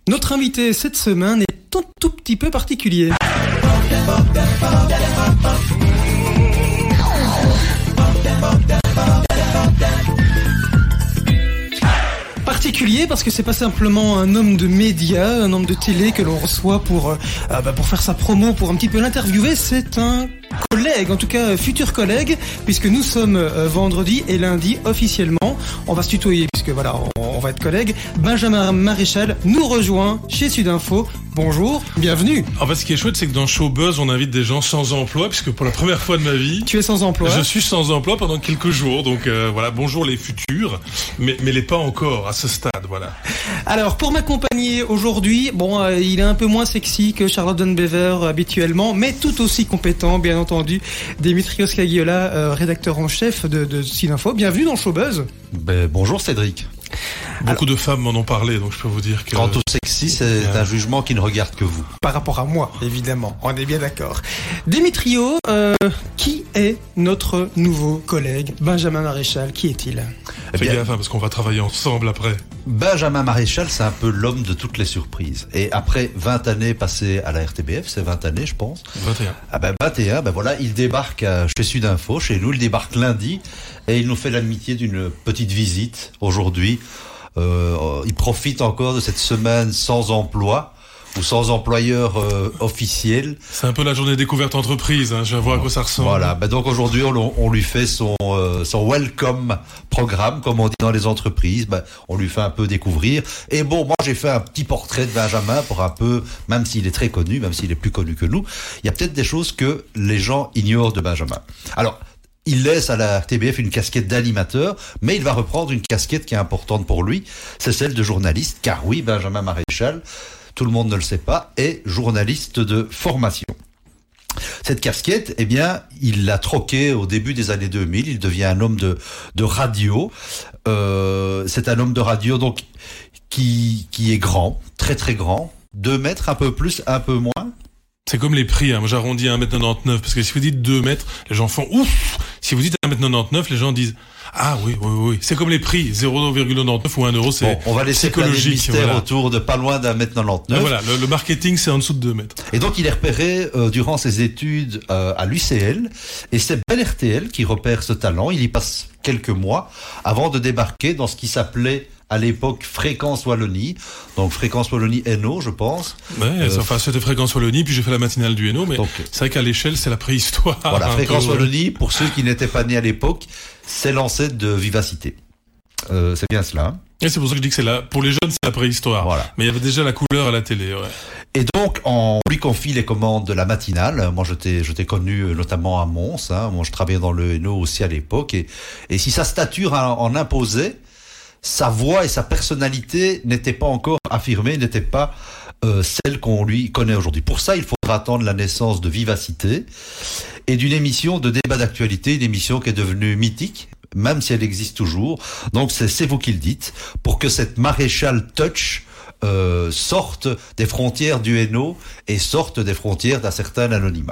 Notre invité cette semaine est un tout petit peu particulier. Particulier parce que c'est pas simplement un homme de médias, un homme de télé que l'on reçoit pour faire sa promo, pour un petit peu l'interviewer. C'est un collègue, en tout cas futur collègue, puisque nous sommes vendredi et lundi officiellement. On va se tutoyer puisque voilà, on va être collègues. Benjamin Maréchal nous rejoint chez Sudinfo. Bonjour, bienvenue. En fait, ce qui est chouette, c'est que dans Showbuzz, on invite des gens sans emploi, puisque pour la première fois de ma vie... Tu es sans emploi. Je suis sans emploi pendant quelques jours, donc voilà, bonjour les futurs, mais les pas encore à ce stade, voilà. Alors, pour m'accompagner aujourd'hui, il est un peu moins sexy que Charlotte Dunbever habituellement, mais tout aussi compétent, bien entendu, Démétrios Kagiola, rédacteur en chef de Sudinfo. Bienvenue dans Showbuzz. Bonjour Cédric. Beaucoup de femmes m'en ont parlé, donc je peux vous dire que... Quant au sexy, c'est un jugement qui ne regarde que vous. Par rapport à moi, évidemment. On est bien d'accord. Démétrio, qui est notre nouveau collègue Benjamin Maréchal? Qui est-il? Fais gaffe, parce qu'on va travailler ensemble après. Benjamin Maréchal, c'est un peu l'homme de toutes les surprises. Et après 20 années passées à la RTBF, c'est 20 années, je pense. 21. Ah ben 21, voilà, il débarque chez Sudinfo, chez nous, il débarque lundi, et il nous fait l'amitié d'une petite visite aujourd'hui. Il profite encore de cette semaine sans emploi ou sans employeur officiel. C'est un peu la journée découverte entreprise, je vais voir à quoi ça ressemble. Voilà, donc aujourd'hui on lui fait son welcome programme, comme on dit dans les entreprises. On lui fait un peu découvrir. Et moi j'ai fait un petit portrait de Benjamin pour un peu, même s'il est très connu, même s'il est plus connu que nous, il y a peut-être des choses que les gens ignorent de Benjamin. Alors, il laisse à la RTBF une casquette d'animateur, mais il va reprendre une casquette qui est importante pour lui, c'est celle de journaliste, car oui, Benjamin Maréchal, tout le monde ne le sait pas, est journaliste de formation. Cette casquette, il l'a troquée au début des années 2000, il devient un homme de radio, c'est un homme de radio donc qui est grand, très très grand, 2 mètres, un peu plus, un peu moins. C'est comme les prix, moi j'arrondis à 1m99, parce que si vous dites 2 mètres, les gens font ouf. Si vous dites 1m99, les gens disent ah oui. C'est comme les prix, 0,99 ou 1 euro, c'est on va laisser planer le mystère autour de pas loin d'1m99. Mais voilà, le marketing c'est en dessous de 2 mètres. Et donc il est repéré durant ses études à l'UCL, et c'est Bel RTL qui repère ce talent. Il y passe quelques mois avant de débarquer dans ce qui s'appelait à l'époque Fréquence Wallonie, donc Fréquence Wallonie Hainaut, je pense. Ouais, c'était Fréquence Wallonie, puis j'ai fait la matinale du Hainaut, mais donc, c'est vrai qu'à l'échelle, c'est la préhistoire. Voilà, Fréquence Wallonie, pour ceux qui n'étaient pas nés à l'époque, c'est l'ancêtre de Vivacité. C'est bien cela. Et c'est pour ça que je dis que pour les jeunes, c'est la préhistoire. Voilà. Mais il y avait déjà la couleur à la télé, ouais. Et donc, on lui confie les commandes de la matinale. Moi, je t'ai connu notamment à Mons, Moi, je travaillais dans le Hainaut aussi à l'époque. Et si sa stature en imposait, sa voix et sa personnalité n'étaient pas encore affirmées, n'étaient pas celles qu'on lui connaît aujourd'hui. Pour ça, il faudra attendre la naissance de Vivacité et d'une émission de débat d'actualité, une émission qui est devenue mythique, même si elle existe toujours. Donc c'est vous qui le dites, pour que cette Maréchal Touch sorte des frontières du Hainaut et sorte des frontières d'un certain anonymat.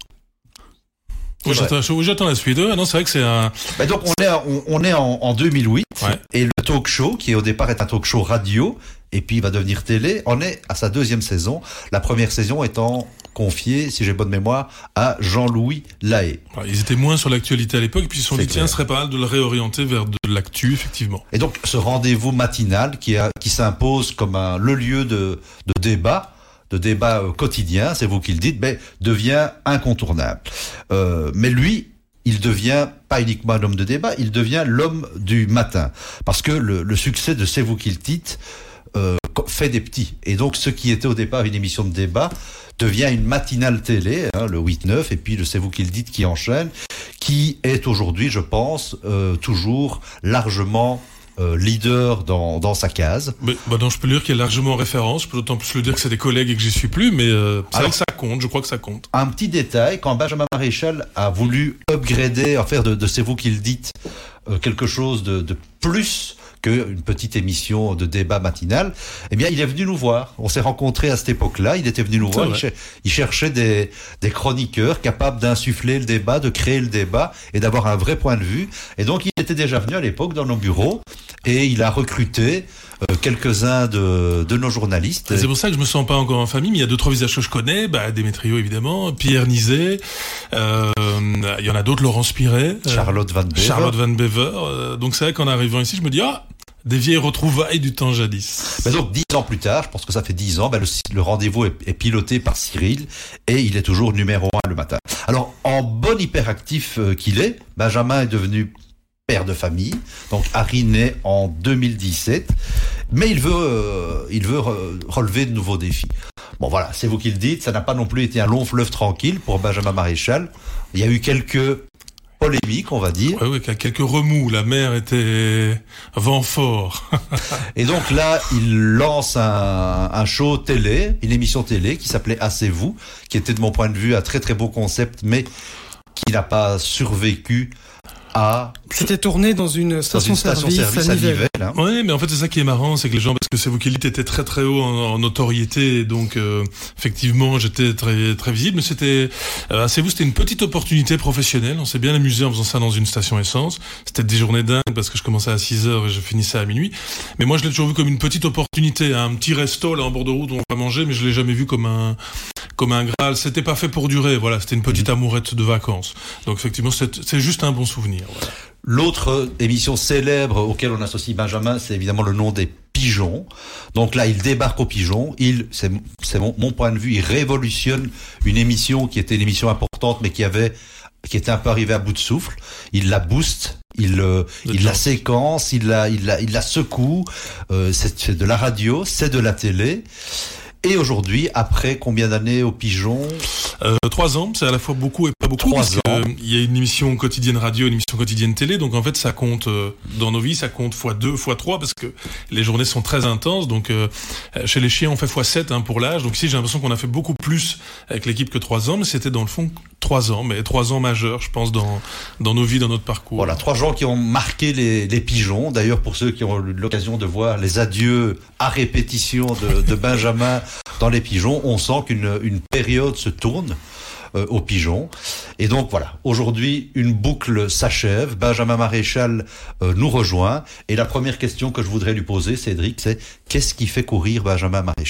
Oui, j'attends la suite. Non, c'est vrai que c'est un... donc on est en 2008, ouais. Et le talk show, qui au départ est un talk show radio, et puis il va devenir télé, on est à sa 2e saison. La première saison étant confiée, si j'ai bonne mémoire, à Jean-Louis Lahaye. Ils étaient moins sur l'actualité à l'époque, et puis ils se sont dit, tiens, ce serait pas mal de le réorienter vers de l'actu, effectivement. Et donc, ce rendez-vous matinal qui s'impose comme le lieu de débat quotidien, c'est vous qui le dites, devient incontournable. Mais lui, il devient pas uniquement un homme de débat, il devient l'homme du matin. Parce que le succès de C'est vous qui le dites fait des petits. Et donc, ce qui était au départ une émission de débat devient une matinale télé, le 8-9, et puis le C'est vous qui le dites qui enchaîne, qui est aujourd'hui, je pense, toujours largement leader dans sa case. Non, je peux dire qu'il est largement en référence. Je peux d'autant plus le dire que c'est des collègues et que j'y suis plus, mais c'est vrai que ça compte. Je crois que ça compte. Un petit détail, quand Benjamin Maréchal a voulu upgrader, faire de C'est vous qui le dites quelque chose de plus qu'une petite émission de débat matinal, il est venu nous voir. On s'est rencontrés à cette époque-là, il était venu nous voir, il cherchait des chroniqueurs capables d'insuffler le débat, de créer le débat et d'avoir un vrai point de vue. Et donc, il était déjà venu à l'époque dans nos bureaux et il a recruté quelques-uns de nos journalistes. C'est pour ça que je me sens pas encore en famille, mais il y a 2-3 visages que je connais, Démétrio évidemment, Pierre Nizet, il y en a d'autres, Laurence Piret, Charlotte Van Bever. Donc c'est vrai qu'en arrivant ici, je me dis, des vieilles retrouvailles du temps jadis. Mais donc 10 ans plus tard, je pense que ça fait 10 ans, le rendez-vous est piloté par Cyril et il est toujours numéro 1 le matin. Alors, en bon hyperactif qu'il est, Benjamin est devenu père de famille. Donc Harry naît en 2017, mais il veut relever de nouveaux défis. Bon voilà, c'est vous qui le dites, ça n'a pas non plus été un long fleuve tranquille pour Benjamin Maréchal. Il y a eu quelques polémiques, on va dire. Oui, quelques remous. La mer était vent fort. Et donc là, il lance un show télé, une émission télé qui s'appelait Assez vous, qui était de mon point de vue un très très beau concept, mais qui n'a pas survécu à... C'était tourné dans une station-service à Nivelles. Hein. Oui, mais en fait, c'est ça qui est marrant, c'est que les gens, parce que c'est vous qui le dites, étaient très très haut en notoriété, donc effectivement, j'étais très très visible, mais c'était c'était une petite opportunité professionnelle. On s'est bien amusé en faisant ça dans une station essence. C'était des journées dingues parce que je commençais à 6h et je finissais à minuit. Mais moi, je l'ai toujours vu comme une petite opportunité, un petit resto là en bord de route où on va manger, mais je l'ai jamais vu comme un Graal. C'était pas fait pour durer, voilà, c'était une petite amourette de vacances. Donc effectivement, c'est juste un bon souvenir. Voilà. L'autre émission célèbre auquel on associe Benjamin, c'est évidemment le nom des Pigeons. Donc là, il débarque aux Pigeons. C'est mon point de vue, il révolutionne une émission qui était une émission importante, mais qui était un peu arrivée à bout de souffle. Il la booste, il la séquence, il la secoue. C'est de la radio, c'est de la télé. Et aujourd'hui, après combien d'années aux Pigeons 3 ans, c'est à la fois beaucoup et pas beaucoup. 3 ans. Il y a une émission quotidienne radio, une émission quotidienne télé, donc en fait ça compte dans nos vies, ça compte x2, x3 parce que les journées sont très intenses. Donc chez les chiens on fait x7 pour l'âge. Donc ici j'ai l'impression qu'on a fait beaucoup plus avec l'équipe que 3 ans, mais c'était dans le fond 3 ans, mais 3 ans majeurs, je pense, dans nos vies, dans notre parcours. Voilà, 3 gens qui ont marqué les Pigeons. D'ailleurs, pour ceux qui ont eu l'occasion de voir les adieux à répétition de Benjamin dans les Pigeons, on sent qu'une période se tourne aux Pigeons. Et donc voilà, aujourd'hui, une boucle s'achève. Benjamin Maréchal nous rejoint. Et la première question que je voudrais lui poser, Cédric, c'est qu'est-ce qui fait courir Benjamin Maréchal ?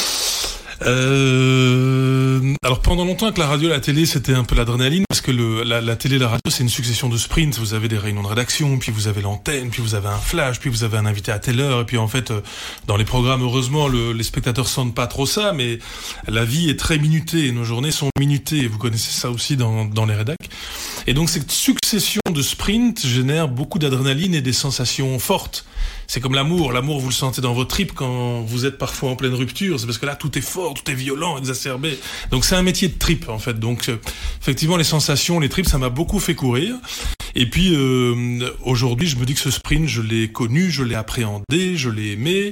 Alors pendant longtemps avec la radio et la télé c'était un peu l'adrénaline parce que la télé et la radio c'est une succession de sprints. Vous avez des réunions de rédaction, puis vous avez l'antenne, puis vous avez un flash, puis vous avez un invité à telle heure, et puis en fait dans les programmes heureusement les spectateurs sentent pas trop ça, mais la vie est très minutée et nos journées sont minutées et vous connaissez ça aussi dans les rédacs. Et donc cette succession de sprints génère beaucoup d'adrénaline et des sensations fortes. C'est comme l'amour vous le sentez dans vos tripes quand vous êtes parfois en pleine rupture, c'est parce que là tout est fort, tout est violent, exacerbé. Donc c'est un métier de trip en fait. Donc effectivement les sensations, les tripes, ça m'a beaucoup fait courir. Et puis aujourd'hui, je me dis que ce sprint, je l'ai connu, je l'ai appréhendé, je l'ai aimé.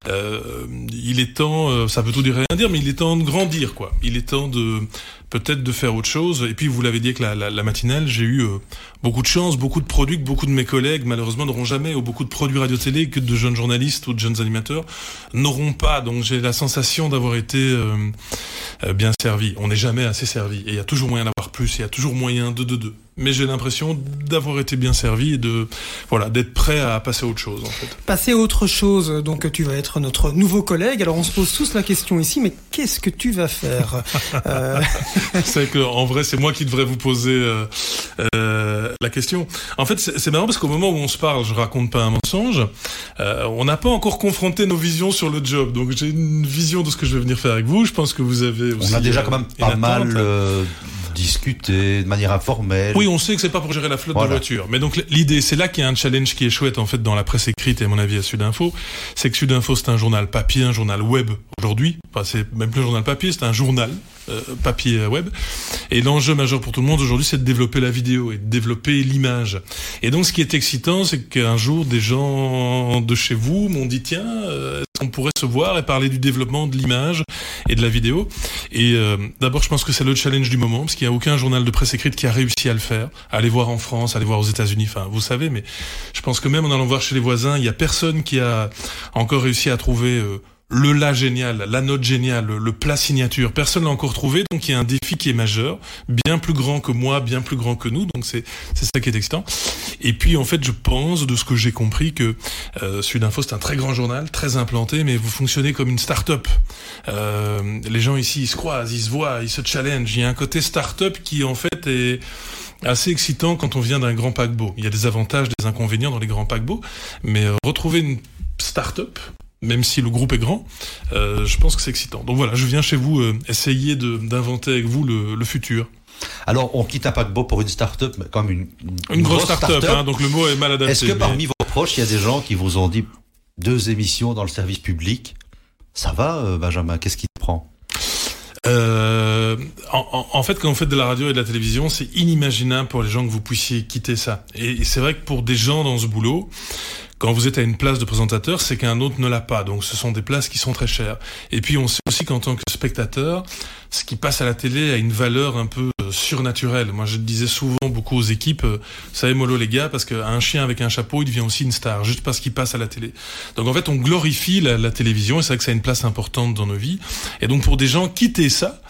Il est temps, ça veut tout dire rien dire, mais il est temps de grandir quoi. Il est temps de peut-être de faire autre chose. Et puis vous l'avez dit avec la matinale, j'ai eu beaucoup de chance, beaucoup de produits que beaucoup de mes collègues malheureusement n'auront jamais, ou beaucoup de produits radio-télé que de jeunes journalistes ou de jeunes animateurs n'auront pas. Donc j'ai la sensation d'avoir été bien servi. On n'est jamais assez servi et il y a toujours moyen d'avoir plus, il y a toujours moyen de. Mais j'ai l'impression d'avoir été bien servi et d'être prêt à passer à autre chose en fait. Passer à autre chose, donc tu vas être notre nouveau collègue. Alors on se pose tous la question ici, mais qu'est-ce que tu vas faire C'est que en vrai c'est moi qui devrais vous poser la question. En fait c'est marrant parce qu'au moment où on se parle, je raconte pas un mensonge. On n'a pas encore confronté nos visions sur le job, donc j'ai une vision de ce que je vais venir faire avec vous. Je pense que vous avez aussi. On a déjà quand même pas mal discuter de manière informelle. Oui, on sait que c'est pas pour gérer la flotte de voitures. Mais donc l'idée, c'est là qu'il y a un challenge qui est chouette en fait dans la presse écrite et à mon avis à Sudinfo, c'est que Sudinfo c'est un journal papier, un journal web aujourd'hui. Enfin, c'est même plus un journal papier, c'est un journal papier web. Et l'enjeu majeur pour tout le monde aujourd'hui, c'est de développer la vidéo et de développer l'image. Et donc ce qui est excitant, c'est qu'un jour des gens de chez vous m'ont dit tiens, est-ce qu'on pourrait se voir et parler du développement de l'image et de la vidéo. Et d'abord, je pense que c'est le challenge du moment parce qu'il n'y a aucun journal de presse écrite qui a réussi à le faire. Aller voir en France, aller voir aux États-Unis, enfin vous savez, mais je pense que même en allant voir chez les voisins, il y a personne qui a encore réussi à trouver le la génial, la note géniale, le plat signature. Personne l'a encore trouvé, donc il y a un défi qui est majeur, bien plus grand que moi, bien plus grand que nous, donc c'est ça qui est excitant. Et puis en fait, je pense, de ce que j'ai compris, que Sud Info c'est un très grand journal, très implanté, mais vous fonctionnez comme une start-up. Les gens ici, ils se croisent, ils se voient, ils se challengent. Il y a un côté start-up qui en fait est assez excitant quand on vient d'un grand paquebot. Il y a des avantages, des inconvénients dans les grands paquebots, mais retrouver une start-up, même si le groupe est grand, je pense que c'est excitant. Donc voilà, je viens chez vous essayer d'inventer avec vous le futur. Alors, on quitte un paquebot pour une start-up, mais comme une grosse start-up, hein, donc le mot est mal adapté. Est-ce que parmi vos proches, il y a des gens qui vous ont dit 2 émissions dans le service public? Ça va, Benjamin, qu'est-ce qui te prend? En fait, quand vous faites de la radio et de la télévision, c'est inimaginable pour les gens que vous puissiez quitter ça. Et c'est vrai que pour des gens dans ce boulot, quand vous êtes à une place de présentateur, c'est qu'un autre ne l'a pas. Donc ce sont des places qui sont très chères. Et puis on sait aussi qu'en tant que spectateur, ce qui passe à la télé a une valeur un peu surnaturelle. Moi je disais souvent beaucoup aux équipes, vous savez mollo les gars, parce qu'un chien avec un chapeau, il devient aussi une star, juste parce qu'il passe à la télé. Donc en fait on glorifie la télévision, et c'est vrai que ça a une place importante dans nos vies. Et donc pour des gens, quitter ça,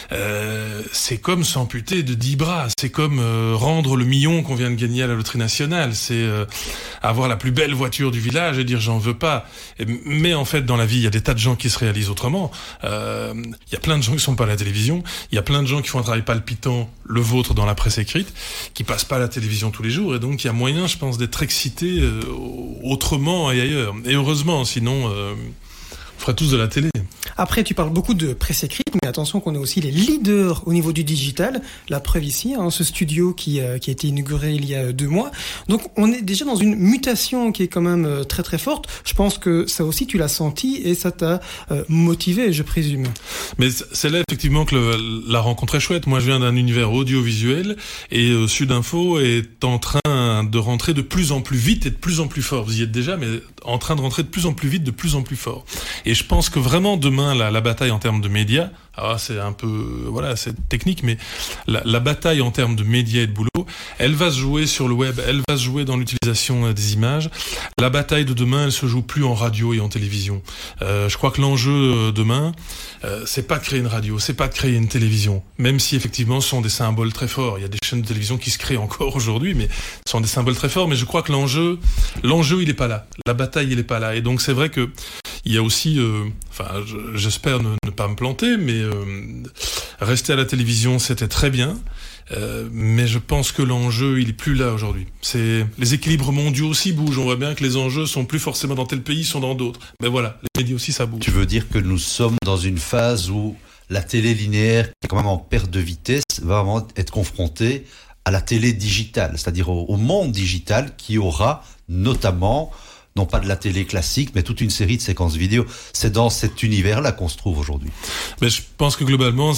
c'est comme s'amputer de 10 bras, c'est comme rendre le million qu'on vient de gagner à la loterie nationale, c'est avoir la plus belle voiture du village et dire j'en veux pas. Mais en fait dans la vie il y a des tas de gens qui se réalisent autrement. Il y a plein de gens qui sont pas à la télévision, il y a plein de gens qui font un travail palpitant, le vôtre dans la presse écrite, qui passent pas à la télévision tous les jours, et donc il y a moyen, je pense, d'être excité autrement et ailleurs. Et heureusement, sinon on ferait tous de la télé. Après, tu parles beaucoup de presse écrite, mais attention qu'on est aussi les leaders au niveau du digital. La preuve ici, hein, ce studio qui a été inauguré il y a 2 mois. Donc, on est déjà dans une mutation qui est quand même très très forte. Je pense que ça aussi, tu l'as senti et ça t'a motivé, je présume. Mais c'est là effectivement que la rencontre est chouette. Moi, je viens d'un univers audiovisuel et Sud Info est en train de rentrer de plus en plus vite et de plus en plus fort. Vous y êtes déjà, mais en train de rentrer de plus en plus vite, de plus en plus fort. Et je pense que vraiment demain, la bataille en termes de médias, c'est un peu, voilà, c'est technique, mais la bataille en termes de médias et de boulot, elle va se jouer sur le web, elle va se jouer dans l'utilisation des images. La bataille de demain, elle se joue plus en radio et en télévision. Je crois que l'enjeu demain, c'est pas de créer une radio, c'est pas de créer une télévision, même si effectivement ce sont des symboles très forts. Il y a des chaînes de télévision qui se créent encore aujourd'hui, mais ce sont des symboles très forts. Mais je crois que l'enjeu, il est pas là. La bataille, il est pas là. Et donc c'est vrai que il y a aussi, j'espère ne pas me planter, mais rester à la télévision, c'était très bien. Mais je pense que l'enjeu, il est plus là aujourd'hui. Les équilibres mondiaux aussi bougent. On voit bien que les enjeux sont plus forcément dans tel pays, sont dans d'autres. Mais voilà, les médias aussi, ça bouge. Tu veux dire que nous sommes dans une phase où la télé linéaire, qui est quand même en perte de vitesse, va vraiment être confrontée à la télé digitale, c'est-à-dire au monde digital qui aura notamment, non pas de la télé classique, mais toute une série de séquences vidéo. C'est dans cet univers-là qu'on se trouve aujourd'hui. Mais je pense que globalement,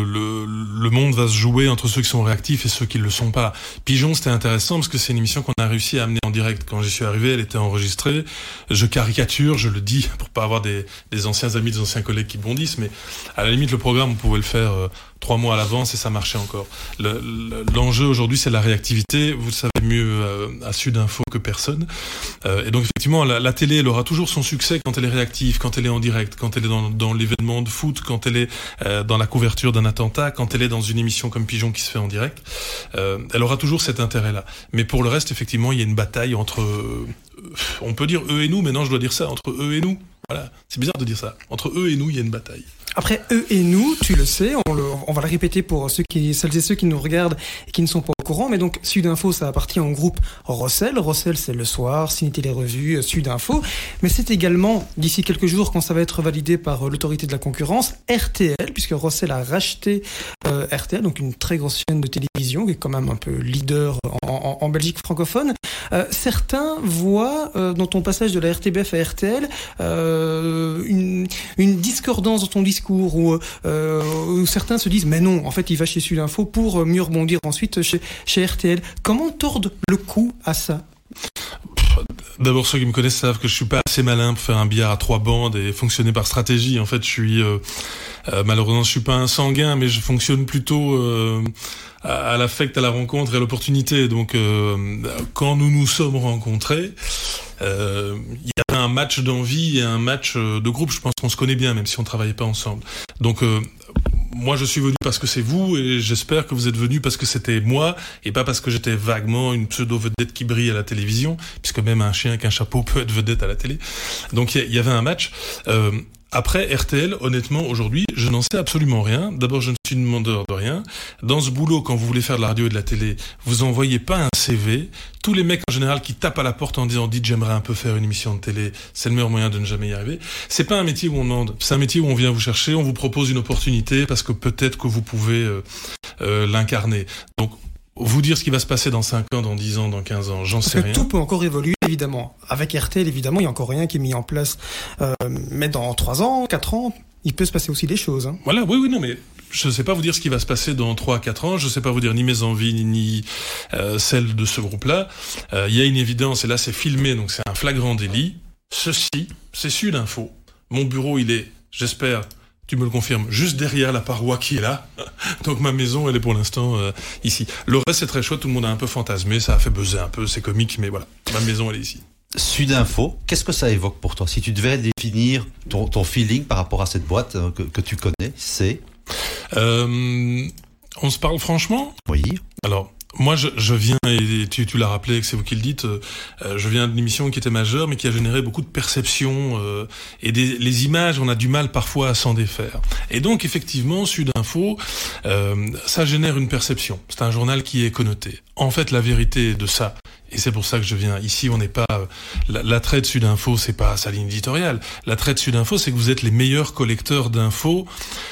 le monde va se jouer entre ceux qui sont réactifs et ceux qui ne le sont pas. Pigeon, c'était intéressant parce que c'est une émission qu'on a réussi à amener en direct. Quand j'y suis arrivé, elle était enregistrée. Je caricature, je le dis, pour pas avoir des anciens amis, des anciens collègues qui bondissent, mais à la limite, le programme, on pouvait le faire 3 mois à l'avance et ça marchait encore. L'enjeu aujourd'hui, c'est la réactivité. Vous le savez mieux à Sud Info que personne. Et donc, effectivement, la télé, elle aura toujours son succès quand elle est réactive, quand elle est en direct, quand elle est dans l'événement de foot, quand elle est dans la couverture d'un attentat, quand elle est dans une émission comme Pigeon qui se fait en direct. Elle aura toujours cet intérêt-là. Mais pour le reste, effectivement, il y a une bataille entre... on peut dire eux et nous, mais non, je dois dire ça, entre eux et nous. Voilà, c'est bizarre de dire ça. Entre eux et nous, il y a une bataille. Après, eux et nous, tu le sais, on va le répéter pour celles et ceux qui nous regardent et qui ne sont pas au courant, mais donc Sud Info, ça appartient au groupe Rossel. Rossel, c'est le soir, Ciné Télé Revue, Sud Info. Mais c'est également, d'ici quelques jours, quand ça va être validé par l'autorité de la concurrence, RTL, puisque Rossel a racheté RTL, donc une très grosse chaîne de télévision, qui est quand même un peu leader en Belgique francophone. Certains voient dans ton passage de la RTBF à RTL une discordance dans ton discours où certains se disent mais non, en fait il va chez Sud Info pour mieux rebondir ensuite chez RTL. Comment tordre le cou à ça? D'abord, ceux qui me connaissent savent que je suis pas assez malin pour faire un billard à 3 bandes et fonctionner par stratégie. En fait, je suis malheureusement, je suis pas un sanguin, mais je fonctionne plutôt à l'affect, à la rencontre et à l'opportunité. Donc, quand nous nous sommes rencontrés, il y avait un match d'envie et un match de groupe. Je pense qu'on se connaît bien, même si on travaillait pas ensemble. Donc, moi, je suis venu parce que c'est vous, et j'espère que vous êtes venu parce que c'était moi, et pas parce que j'étais vaguement une pseudo-vedette qui brille à la télévision, puisque même un chien avec un chapeau peut être vedette à la télé. Donc, il y avait un match. Après, RTL, honnêtement, aujourd'hui, je n'en sais absolument rien. D'abord, je ne suis demandeur de rien. Dans ce boulot, quand vous voulez faire de la radio et de la télé, vous envoyez pas un CV. Tous les mecs, en général, qui tapent à la porte en disant « Dites, j'aimerais un peu faire une émission de télé », c'est le meilleur moyen de ne jamais y arriver. C'est pas un métier où on demande. C'est un métier où on vient vous chercher, on vous propose une opportunité parce que peut-être que vous pouvez l'incarner. Donc, vous dire ce qui va se passer dans 5 ans, dans 10 ans, dans 15 ans, j'en sais rien. Tout peut encore évoluer, évidemment. Avec RTL, évidemment, il n'y a encore rien qui est mis en place. Mais dans 3 ans, 4 ans, il peut se passer aussi des choses. Hein. Voilà, oui, non, mais je ne sais pas vous dire ce qui va se passer dans 3 à 4 ans. Je ne sais pas vous dire ni mes envies, ni celles de ce groupe-là. Il y a une évidence, et là, c'est filmé, donc c'est un flagrant délit. Ceci, c'est Sud Info. Mon bureau, il est, j'espère... Tu me le confirmes, juste derrière la paroi qui est là. Donc ma maison, elle est pour l'instant ici. Le reste, c'est très chouette, tout le monde a un peu fantasmé, ça a fait buzzer un peu, c'est comique, mais voilà, ma maison, elle est ici. Sud Info, qu'est-ce que ça évoque pour toi? Si tu devais définir ton feeling par rapport à cette boîte que tu connais, c'est... On se parle franchement? Oui. Alors... Moi, je viens, et tu l'as rappelé, que c'est vous qui le dites, je viens d'une émission qui était majeure, mais qui a généré beaucoup de perceptions, et les images, on a du mal parfois à s'en défaire. Et donc, effectivement, Sud Info, ça génère une perception. C'est un journal qui est connoté. En fait, la vérité de ça, et c'est pour ça que je viens ici, on n'est pas... L'attrait de Sud Info, c'est pas sa ligne éditoriale. L'attrait de Sud Info, c'est que vous êtes les meilleurs collecteurs d'infos,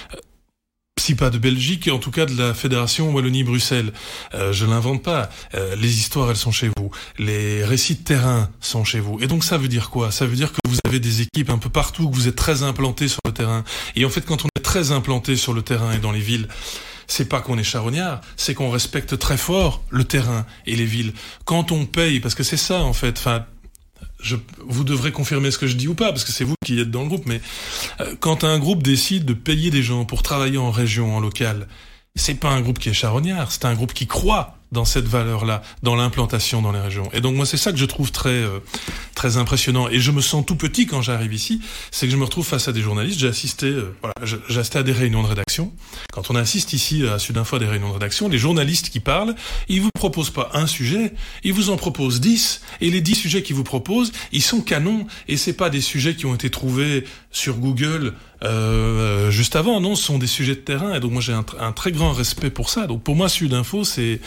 si pas de Belgique, en tout cas de la Fédération Wallonie-Bruxelles. Je l'invente pas. Les histoires, elles sont chez vous. Les récits de terrain sont chez vous. Et donc ça veut dire quoi? Ça veut dire que vous avez des équipes un peu partout, que vous êtes très implantés sur le terrain. Et en fait, quand on est très implanté sur le terrain et dans les villes, c'est pas qu'on est charognard, c'est qu'on respecte très fort le terrain et les villes. Quand on paye, parce que c'est ça en fait, vous devrez confirmer ce que je dis ou pas, parce que c'est vous qui êtes dans le groupe, mais quand un groupe décide de payer des gens pour travailler en région, en local, c'est pas un groupe qui est charognard, c'est un groupe qui croit dans cette valeur-là, dans l'implantation dans les régions. Et donc moi, c'est ça que je trouve très impressionnant. Et je me sens tout petit quand j'arrive ici, c'est que je me retrouve face à des journalistes. J'ai assisté à des réunions de rédaction. Quand on assiste ici à Sud Info à des réunions de rédaction, les journalistes qui parlent, ils vous proposent pas un sujet, ils vous en proposent 10. Et les 10 sujets qu'ils vous proposent, ils sont canons. Et c'est pas des sujets qui ont été trouvés sur Google juste avant. Non, ce sont des sujets de terrain. Et donc moi, j'ai un très grand respect pour ça. Donc pour moi, Sud Info, c'est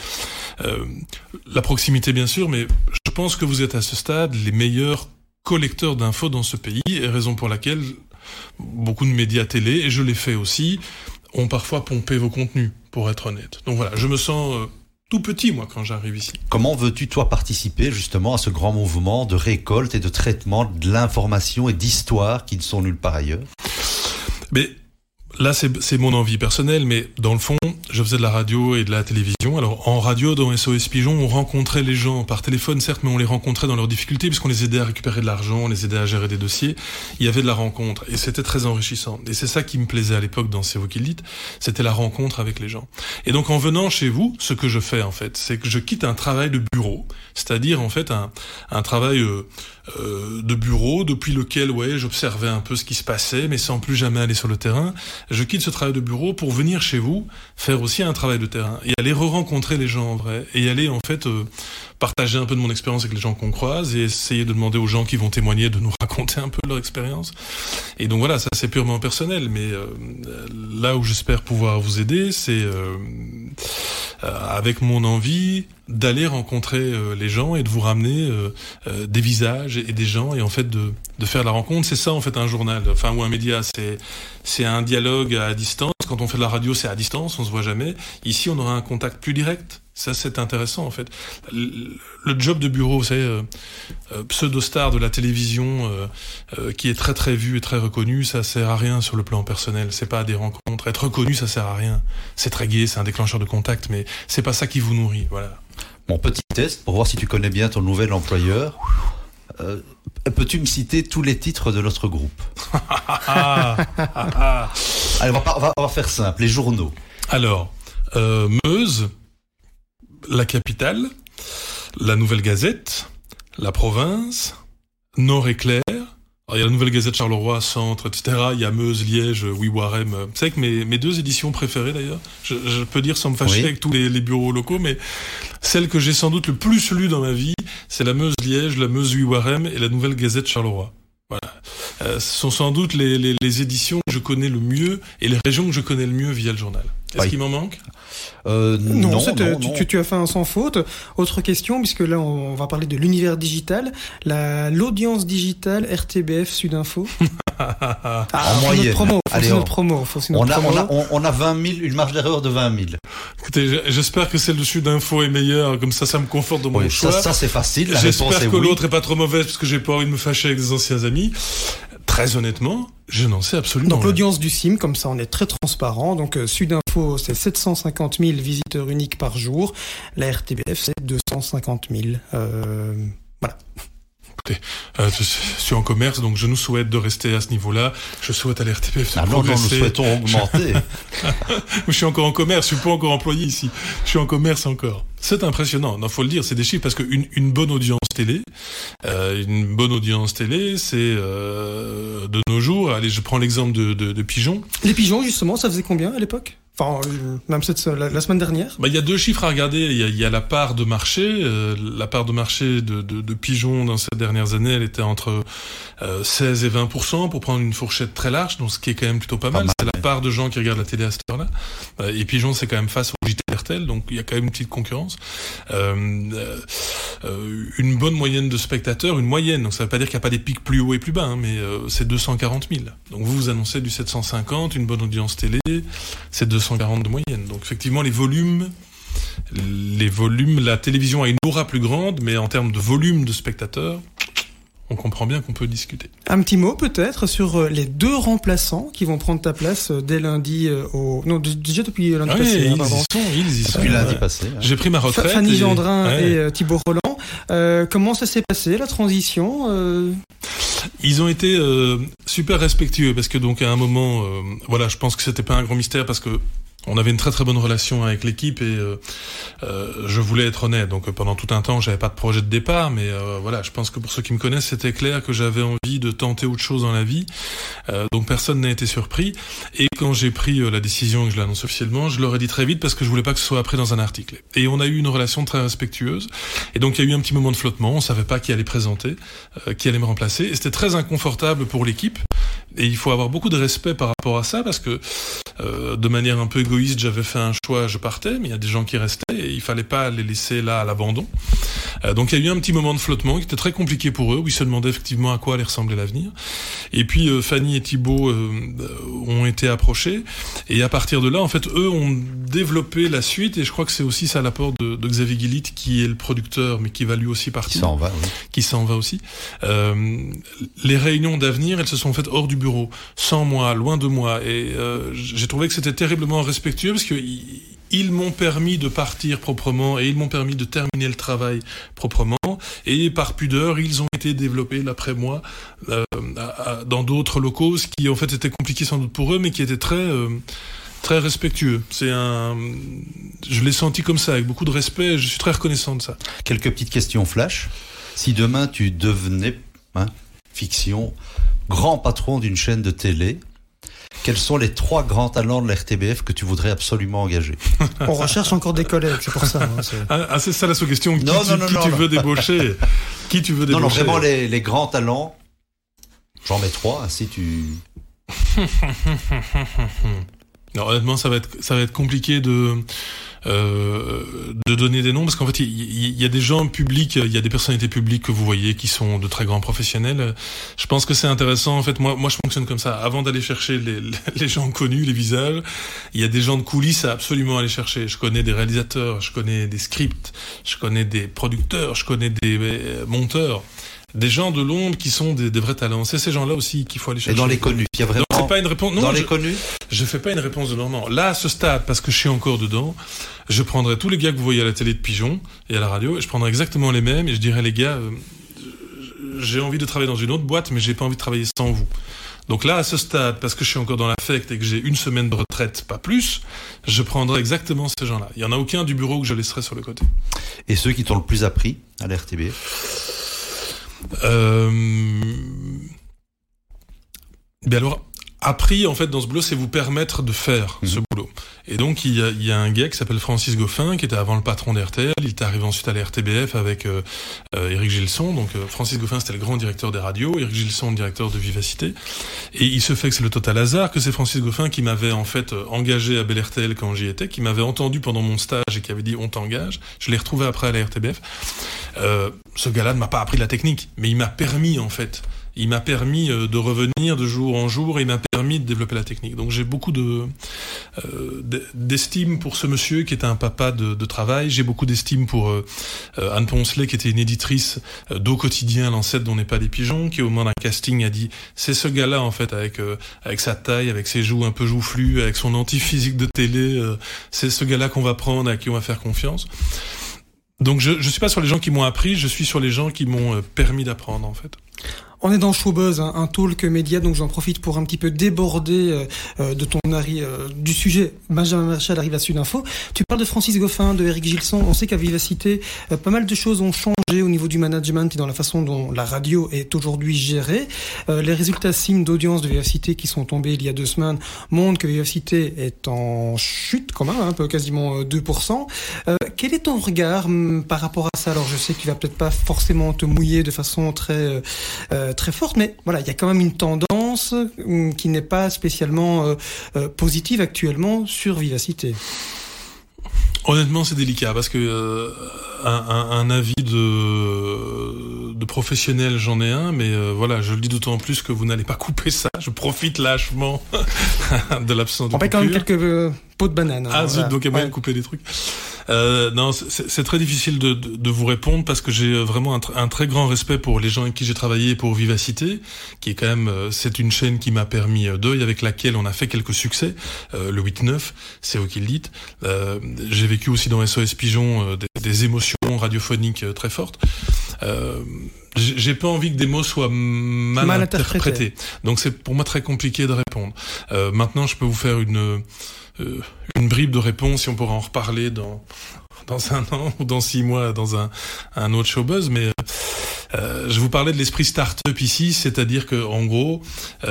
la proximité bien sûr, mais je pense que vous êtes à ce stade les meilleurs collecteurs d'infos dans ce pays, et raison pour laquelle beaucoup de médias télé, et je l'ai fait aussi, ont parfois pompé vos contenus, pour être honnête. Donc voilà, je me sens tout petit, moi, quand j'arrive ici. Comment veux-tu, toi, participer justement à ce grand mouvement de récolte et de traitement de l'information et d'histoire qui ne sont nulle part ailleurs? Mais là, c'est mon envie personnelle, mais dans le fond, je faisais de la radio et de la télévision. Alors, en radio, dans SOS Pigeon, on rencontrait les gens par téléphone, certes, mais on les rencontrait dans leurs difficultés, puisqu'on les aidait à récupérer de l'argent, on les aidait à gérer des dossiers. Il y avait de la rencontre, et c'était très enrichissant. Et c'est ça qui me plaisait à l'époque dans C'est vous qui le dites, c'était la rencontre avec les gens. Et donc, en venant chez vous, ce que je fais, en fait, c'est que je quitte un travail de bureau, c'est-à-dire, en fait, un travail de bureau, depuis lequel, j'observais un peu ce qui se passait, mais sans plus jamais aller sur le terrain. Je quitte ce travail de bureau pour venir chez vous, faire aussi un travail de terrain, et aller re-rencontrer les gens en vrai, et aller en fait partager un peu de mon expérience avec les gens qu'on croise, et essayer de demander aux gens qui vont témoigner de nous raconter un peu leur expérience. Et donc voilà, ça c'est purement personnel, mais là où j'espère pouvoir vous aider, c'est avec mon envie d'aller rencontrer les gens et de vous ramener des visages et des gens, et en fait de faire la rencontre. C'est ça en fait un journal, ou un média, c'est un dialogue à distance. Quand on fait de la radio, c'est à distance, on se voit jamais. Ici, on aura un contact plus direct. Ça, c'est intéressant en fait. Le job de bureau, vous savez, pseudo-star de la télévision, qui est très très vu et très reconnu, ça sert à rien sur le plan personnel. C'est pas des rencontres. Être reconnu, ça sert à rien. C'est très gai, c'est un déclencheur de contact, mais c'est pas ça qui vous nourrit. Voilà. Mon petit test pour voir si tu connais bien ton nouvel employeur. Peux-tu me citer tous les titres de notre groupe? Allez, on va faire simple, les journaux. Alors, Meuse, La Capitale, La Nouvelle Gazette, La Province, Nord-Éclair. Alors, il y a La Nouvelle Gazette Charleroi, Centre, etc. Il y a Meuse, Liège, Oui-Warem. Vous savez que mes deux éditions préférées, d'ailleurs, je peux dire sans me fâcher avec tous les bureaux locaux, mais celle que j'ai sans doute le plus lue dans ma vie, c'est la Meuse Liège, la Meuse Oui-Warem et la Nouvelle Gazette Charleroi. Voilà. Ce sont sans doute les éditions que je connais le mieux et les régions que je connais le mieux via le journal. Est-ce qu'il m'en manque? Non, tu as fait un sans faute. Autre question, puisque là on va parler de l'univers digital, l'audience digitale RTBF Sudinfo. En moyenne. Notre promo. On a 20 000, une marge d'erreur de 20 000. Écoutez, j'espère que celle de Sudinfo est meilleure, comme ça me conforte dans mon choix. Ça c'est facile. J'espère que l'autre est pas trop mauvaise, parce que j'ai pas envie de me fâcher avec des anciens amis. Très honnêtement, je n'en sais absolument rien. Donc rien. l'audience du CIM, comme ça on est très transparent. Donc Sudinfo, c'est 750 000 visiteurs uniques par jour. La RTBF, c'est 250 000. Voilà. Écoutez, je suis en commerce, donc je nous souhaite de rester à ce niveau-là. Je souhaite à la RTBF de progresser. Non, nous souhaitons augmenter. Je suis encore en commerce, je suis pas encore employé ici. Je suis en commerce encore. C'est impressionnant. Non, faut le dire, c'est des chiffres parce qu'une bonne audience télé, c'est de nos jours. Allez, je prends l'exemple de Pigeon. Les Pigeons, justement, ça faisait combien à l'époque? Enfin, même la semaine dernière. Il y a deux chiffres à regarder. Il y a la part de marché. La part de marché de Pigeon dans ces dernières années, elle était entre 16 et 20%, pour prendre une fourchette très large, donc ce qui est quand même plutôt pas mal. C'est la part de gens qui regardent la télé à cette heure-là. Et Pigeon, c'est quand même face au JT RTL, donc il y a quand même une petite concurrence. Une bonne moyenne de spectateurs, une moyenne. Donc ça veut pas dire qu'il n'y a pas des pics plus hauts et plus bas, hein, mais c'est 240 000. Donc vous annoncez du 750, une bonne audience télé, c'est 240 de moyenne. Donc effectivement, les volumes, la télévision a une aura plus grande, mais en termes de volume de spectateurs, on comprend bien qu'on peut discuter. Un petit mot peut-être sur les deux remplaçants qui vont prendre ta place dès lundi déjà depuis lundi passé. Ils y sont. Depuis lundi passé. J'ai pris ma retraite. Fanny Gendrin et Thibaut Roland. Comment ça s'est passé, la transition Ils ont été super respectueux parce que donc à un moment, je pense que c'était pas un grand mystère parce que on avait une très très bonne relation avec l'équipe et je voulais être honnête. Donc pendant tout un temps, j'avais pas de projet de départ, mais je pense que pour ceux qui me connaissent, c'était clair que j'avais envie de tenter autre chose dans la vie. Donc personne n'a été surpris. Et quand j'ai pris la décision et que je l'annonce officiellement, je l'aurais dit très vite parce que je voulais pas que ce soit après dans un article. Et on a eu une relation très respectueuse. Et donc il y a eu un petit moment de flottement. On savait pas qui allait présenter, qui allait me remplacer. Et c'était très inconfortable pour l'équipe. Et il faut avoir beaucoup de respect par rapport à ça parce que de manière un peu égoïste, j'avais fait un choix, je partais, mais il y a des gens qui restaient et il fallait pas les laisser là à l'abandon. Donc il y a eu un petit moment de flottement qui était très compliqué pour eux, où ils se demandaient effectivement à quoi allait ressembler l'avenir. Et puis Fanny et Thibaut ont été approchés et à partir de là, en fait, eux ont développé la suite et je crois que c'est aussi ça l'apport de Xavier Guillit qui est le producteur, mais qui va lui aussi partir. Qui s'en va aussi. Les réunions d'avenir, elles se sont faites hors du bureau, sans moi, loin de moi, et j'ai trouvé que c'était terriblement respectueux parce que ils m'ont permis de partir proprement et ils m'ont permis de terminer le travail proprement et par pudeur ils ont été développés l'après moi dans d'autres locaux, ce qui en fait était compliqué sans doute pour eux mais qui était très respectueux. Je l'ai senti comme ça avec beaucoup de respect et je suis très reconnaissant de ça. Quelques petites questions flash. Si demain tu devenais fiction grand patron d'une chaîne de télé, quels sont les 3 grands talents de la RTBF que tu voudrais absolument engager? On recherche encore des collègues, c'est pour ça. C'est ça la seule question. Qui tu veux débaucher? Qui tu veux débaucher? Non, vraiment les grands talents. J'en mets 3, ainsi tu... Non, honnêtement, ça va être compliqué de donner des noms parce qu'en fait il y a des gens publics, il y a des personnalités publiques que vous voyez qui sont de très grands professionnels. Je pense que c'est intéressant. En fait, moi je fonctionne comme ça. Avant d'aller chercher les gens connus, les visages, il y a des gens de coulisses à absolument aller chercher. Je connais des réalisateurs, je connais des scripts, je connais des producteurs, je connais des monteurs. Des gens de l'ombre qui sont des vrais talents. C'est ces gens-là aussi qu'il faut aller chercher. Et dans les connus, il y a vraiment... Donc, c'est pas une réponse... Non, dans les connus, je fais pas une réponse de Normand. Là, à ce stade, parce que je suis encore dedans, je prendrai tous les gars que vous voyez à la télé de Pigeon et à la radio, et je prendrai exactement les mêmes, et je dirais, les gars, j'ai envie de travailler dans une autre boîte, mais j'ai pas envie de travailler sans vous. Donc là, à ce stade, parce que je suis encore dans l'affect et que j'ai une semaine de retraite, pas plus, je prendrai exactement ces gens-là. Il y en a aucun du bureau que je laisserai sur le côté. Et ceux qui t'ont le plus appris à la RTB? Bien alors, appris en fait dans ce boulot, c'est vous permettre de faire ce boulot. Et donc il y a un gars qui s'appelle Francis Goffin, qui était avant le patron d'RTL. Il est arrivé ensuite à la RTBF avec Éric Gilson. Donc Francis Goffin, c'était le grand directeur des radios, Éric Gilson, le directeur de Vivacité. Et il se fait que c'est le total hasard que c'est Francis Goffin qui m'avait en fait engagé à Bel RTL quand j'y étais, qui m'avait entendu pendant mon stage et qui avait dit on t'engage. Je l'ai retrouvé après à la RTBF. Ce gars-là ne m'a pas appris la technique, mais il m'a permis en fait. Il m'a permis de revenir de jour en jour et il m'a permis de développer la technique. Donc j'ai beaucoup d'estime pour ce monsieur qui était un papa de travail. J'ai beaucoup d'estime pour Anne Poncelet qui était une éditrice d'Au Quotidien, l'ancêtre d'On n'est pas des pigeons, qui au moment d'un casting a dit c'est ce gars-là en fait avec sa taille, avec ses joues un peu joufflues, avec son anti-physique de télé, c'est ce gars-là qu'on va prendre, à qui on va faire confiance. Donc je suis pas sur les gens qui m'ont appris, je suis sur les gens qui m'ont permis d'apprendre en fait. On est dans Showbuzz, un talk média, donc j'en profite pour un petit peu déborder de ton du sujet. Benjamin Marchal arrive à Sud Info. Tu parles de Francis Goffin, de Éric Gilson. On sait qu'à Vivacité, pas mal de choses ont changé au niveau du management et dans la façon dont la radio est aujourd'hui gérée. Les résultats signes d'audience de Vivacité qui sont tombés il y a 2 semaines montrent que Vivacité est en chute quand même, un peu quasiment 2%. Quel est ton regard par rapport à ça? Alors je sais que tu vas peut-être pas forcément te mouiller de façon très forte, mais voilà, il y a quand même une tendance qui n'est pas spécialement positive actuellement sur Vivacité. Honnêtement, c'est délicat parce que un avis de professionnel, j'en ai un, mais voilà, je le dis d'autant plus que vous n'allez pas couper ça. Je profite lâchement de l'absence de coupure. On paye quand même quelques pots de banane. Ah zut, donc il y a moyen de couper des trucs. Non, c'est très difficile de vous répondre parce que j'ai vraiment un très grand respect pour les gens avec qui j'ai travaillé, pour Vivacité, qui est quand même, c'est une chaîne qui m'a permis d'œil, avec laquelle on a fait quelques succès. Le 8-9, c'est vous qui le dites. J'ai vécu aussi dans SOS Pigeon des émotions radiophoniques très fortes. J'ai pas envie que des mots soient mal interprétés. Donc c'est pour moi très compliqué de répondre. Maintenant, je peux vous faire une bribe de réponse, si on pourra en reparler dans 1 an ou dans 6 mois dans un autre Showbuzz, mais je vous parlais de l'esprit start-up ici, c'est-à-dire que en gros,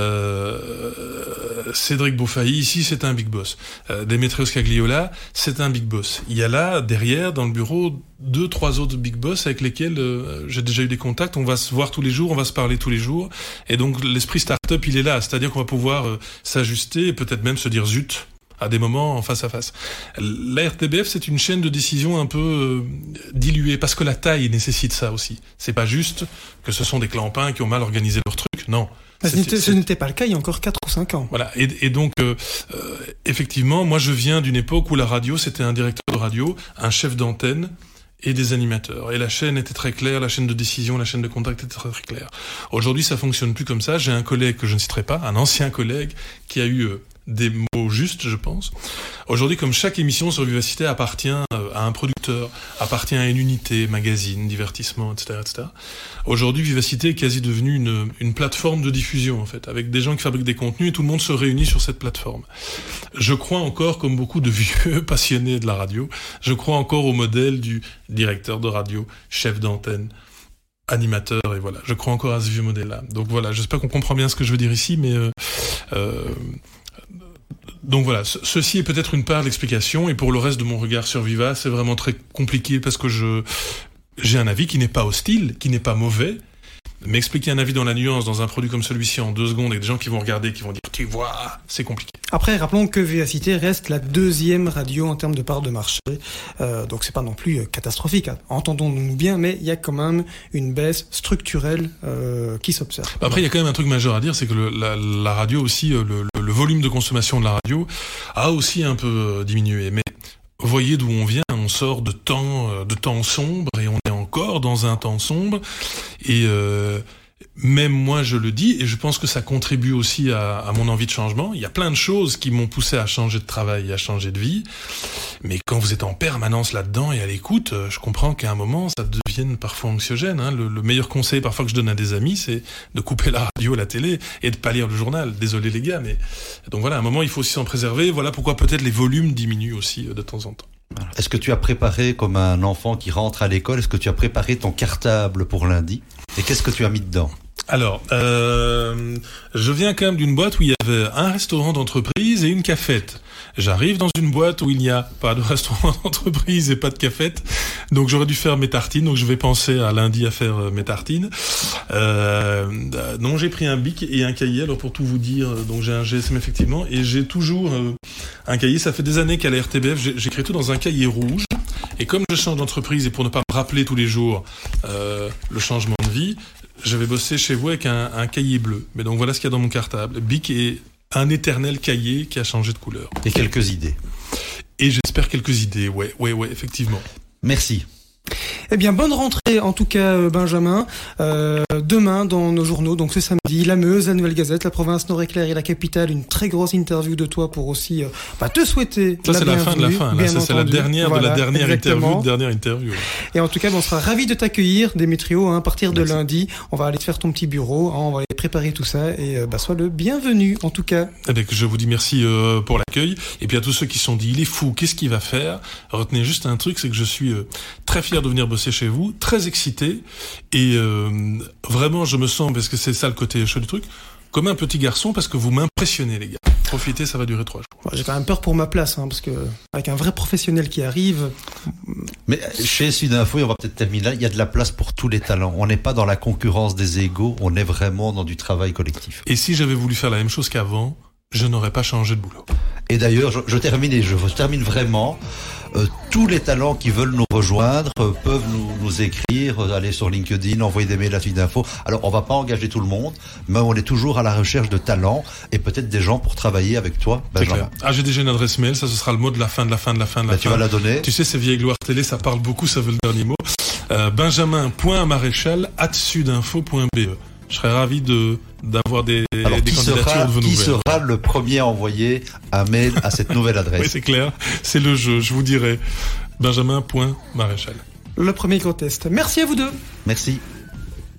Cédric Beaufailly ici, c'est un big boss. Démétrios Cagliola, c'est un big boss. Il y a là derrière dans le bureau 2-3 autres big boss avec lesquels j'ai déjà eu des contacts. On va se voir tous les jours, on va se parler tous les jours, et donc l'esprit start-up il est là, c'est-à-dire qu'on va pouvoir s'ajuster et peut-être même se dire zut à des moments en face à face. La RTBF, c'est une chaîne de décision un peu diluée, parce que la taille nécessite ça aussi. C'est pas juste que ce sont des clampins qui ont mal organisé leur truc, non. Ce n'était pas le cas il y a encore 4 ou 5 ans. Voilà, et donc, effectivement, moi je viens d'une époque où la radio, c'était un directeur de radio, un chef d'antenne, et des animateurs. Et la chaîne était très claire, la chaîne de décision, la chaîne de contact était très, très claire. Aujourd'hui, ça fonctionne plus comme ça. J'ai un collègue que je ne citerai pas, un ancien collègue, qui a eu des mots justes, je pense. Aujourd'hui, comme chaque émission sur Vivacité appartient à un producteur, appartient à une unité, magazine, divertissement, etc., etc. Aujourd'hui, Vivacité est quasi devenue une plateforme de diffusion, en fait, avec des gens qui fabriquent des contenus et tout le monde se réunit sur cette plateforme. Je crois encore, comme beaucoup de vieux passionnés de la radio, je crois encore au modèle du directeur de radio, chef d'antenne, animateur, et voilà. Je crois encore à ce vieux modèle-là. Donc voilà, j'espère qu'on comprend bien ce que je veux dire ici, mais donc voilà, ceci est peut-être une part de l'explication, et pour le reste de mon regard sur Viva, c'est vraiment très compliqué parce que j'ai un avis qui n'est pas hostile, qui n'est pas mauvais, mais expliquer un avis dans la nuance dans un produit comme celui-ci en 2 secondes avec des gens qui vont regarder, qui vont dire tu vois, c'est compliqué. Après, rappelons que Vivacité reste la 2e radio en termes de part de marché, donc c'est pas non plus catastrophique, hein. Entendons-nous bien, mais il y a quand même une baisse structurelle qui s'observe. Après, il y a quand même un truc majeur à dire, c'est que la radio aussi, le volume de consommation de la radio a aussi un peu diminué, mais voyez d'où on vient, on sort de temps sombres et on est encore dans un temps sombre, et Même moi, je le dis, et je pense que ça contribue aussi à mon envie de changement. Il y a plein de choses qui m'ont poussé à changer de travail, à changer de vie. Mais quand vous êtes en permanence là-dedans et à l'écoute, je comprends qu'à un moment, ça devienne parfois anxiogène. Hein. Le meilleur conseil parfois que je donne à des amis, c'est de couper la radio, la télé et de pas lire le journal. Désolé les gars, mais donc voilà, à un moment, il faut aussi s'en préserver. Voilà pourquoi peut-être les volumes diminuent aussi de temps en temps. Est-ce que tu as préparé, comme un enfant qui rentre à l'école, est-ce que tu as préparé ton cartable pour lundi? Et qu'est-ce que tu as mis dedans? Alors, je viens quand même d'une boîte où il y avait un restaurant d'entreprise et une cafette. J'arrive dans une boîte où il n'y a pas de restaurant d'entreprise et pas de cafette, donc j'aurais dû faire mes tartines, donc je vais penser à lundi à faire mes tartines. Non, j'ai pris un bic et un cahier, alors pour tout vous dire, donc j'ai un GSM effectivement, et j'ai toujours un cahier, ça fait des années qu'à la RTBF, j'écris tout dans un cahier rouge, et comme je change d'entreprise et pour ne pas me rappeler tous les jours le changement de vie, je vais bosser chez vous avec un cahier bleu. Mais donc voilà ce qu'il y a dans mon cartable. Bic et un éternel cahier qui a changé de couleur. Et quelques idées. Et j'espère quelques idées, ouais, effectivement. Merci. Eh bien, bonne rentrée en tout cas, Benjamin. Demain, dans nos journaux, donc ce samedi, la Meuse, la Nouvelle Gazette, la province Nord-Éclair et la capitale, une très grosse interview de toi pour aussi te souhaiter ça, la c'est bienvenue. La fin de la fin. Là, ça, c'est la dernière de la dernière interview. Et en tout cas, on sera ravis de t'accueillir, Démétrio, à partir de lundi. On va aller te faire ton petit bureau, on va aller préparer tout ça et sois le bienvenu en tout cas. Eh bien, je vous dis merci pour l'accueil. Et puis à tous ceux qui se sont dit, il est fou, qu'est-ce qu'il va faire? Retenez juste un truc, c'est que je suis très fier de venir bosser chez vous, très excité et vraiment je me sens, parce que c'est ça le côté chaud du truc, comme un petit garçon parce que vous m'impressionnez les gars. Profitez, ça va durer 3 jours. J'ai quand même peur pour ma place, parce que avec un vrai professionnel qui arrive. Mais chez Sud Info, et on va peut-être terminer là, il y a de la place pour tous les talents. On n'est pas dans la concurrence des égaux, on est vraiment dans du travail collectif. Et si j'avais voulu faire la même chose qu'avant, je n'aurais pas changé de boulot. Et d'ailleurs, je termine vraiment. Tous les talents qui veulent nous rejoindre peuvent nous écrire, aller sur LinkedIn, envoyer des mails à Sud Info. Alors, on va pas engager tout le monde, mais on est toujours à la recherche de talents et peut-être des gens pour travailler avec toi, Benjamin. Ah, j'ai déjà une adresse mail, ça ce sera le mot de la fin. Tu vas la donner. Tu sais, ces vieilles gloires télé, ça parle beaucoup, ça veut le dernier mot. benjamin.maréchal@sudinfo.be. Je serais ravi d'avoir des candidatures de vos nouvelles. Qui sera le premier à envoyer un mail à cette nouvelle adresse? Oui, c'est clair. C'est le jeu. Je vous dirai benjamin.maréchal. Le premier contest. Merci à vous deux. Merci.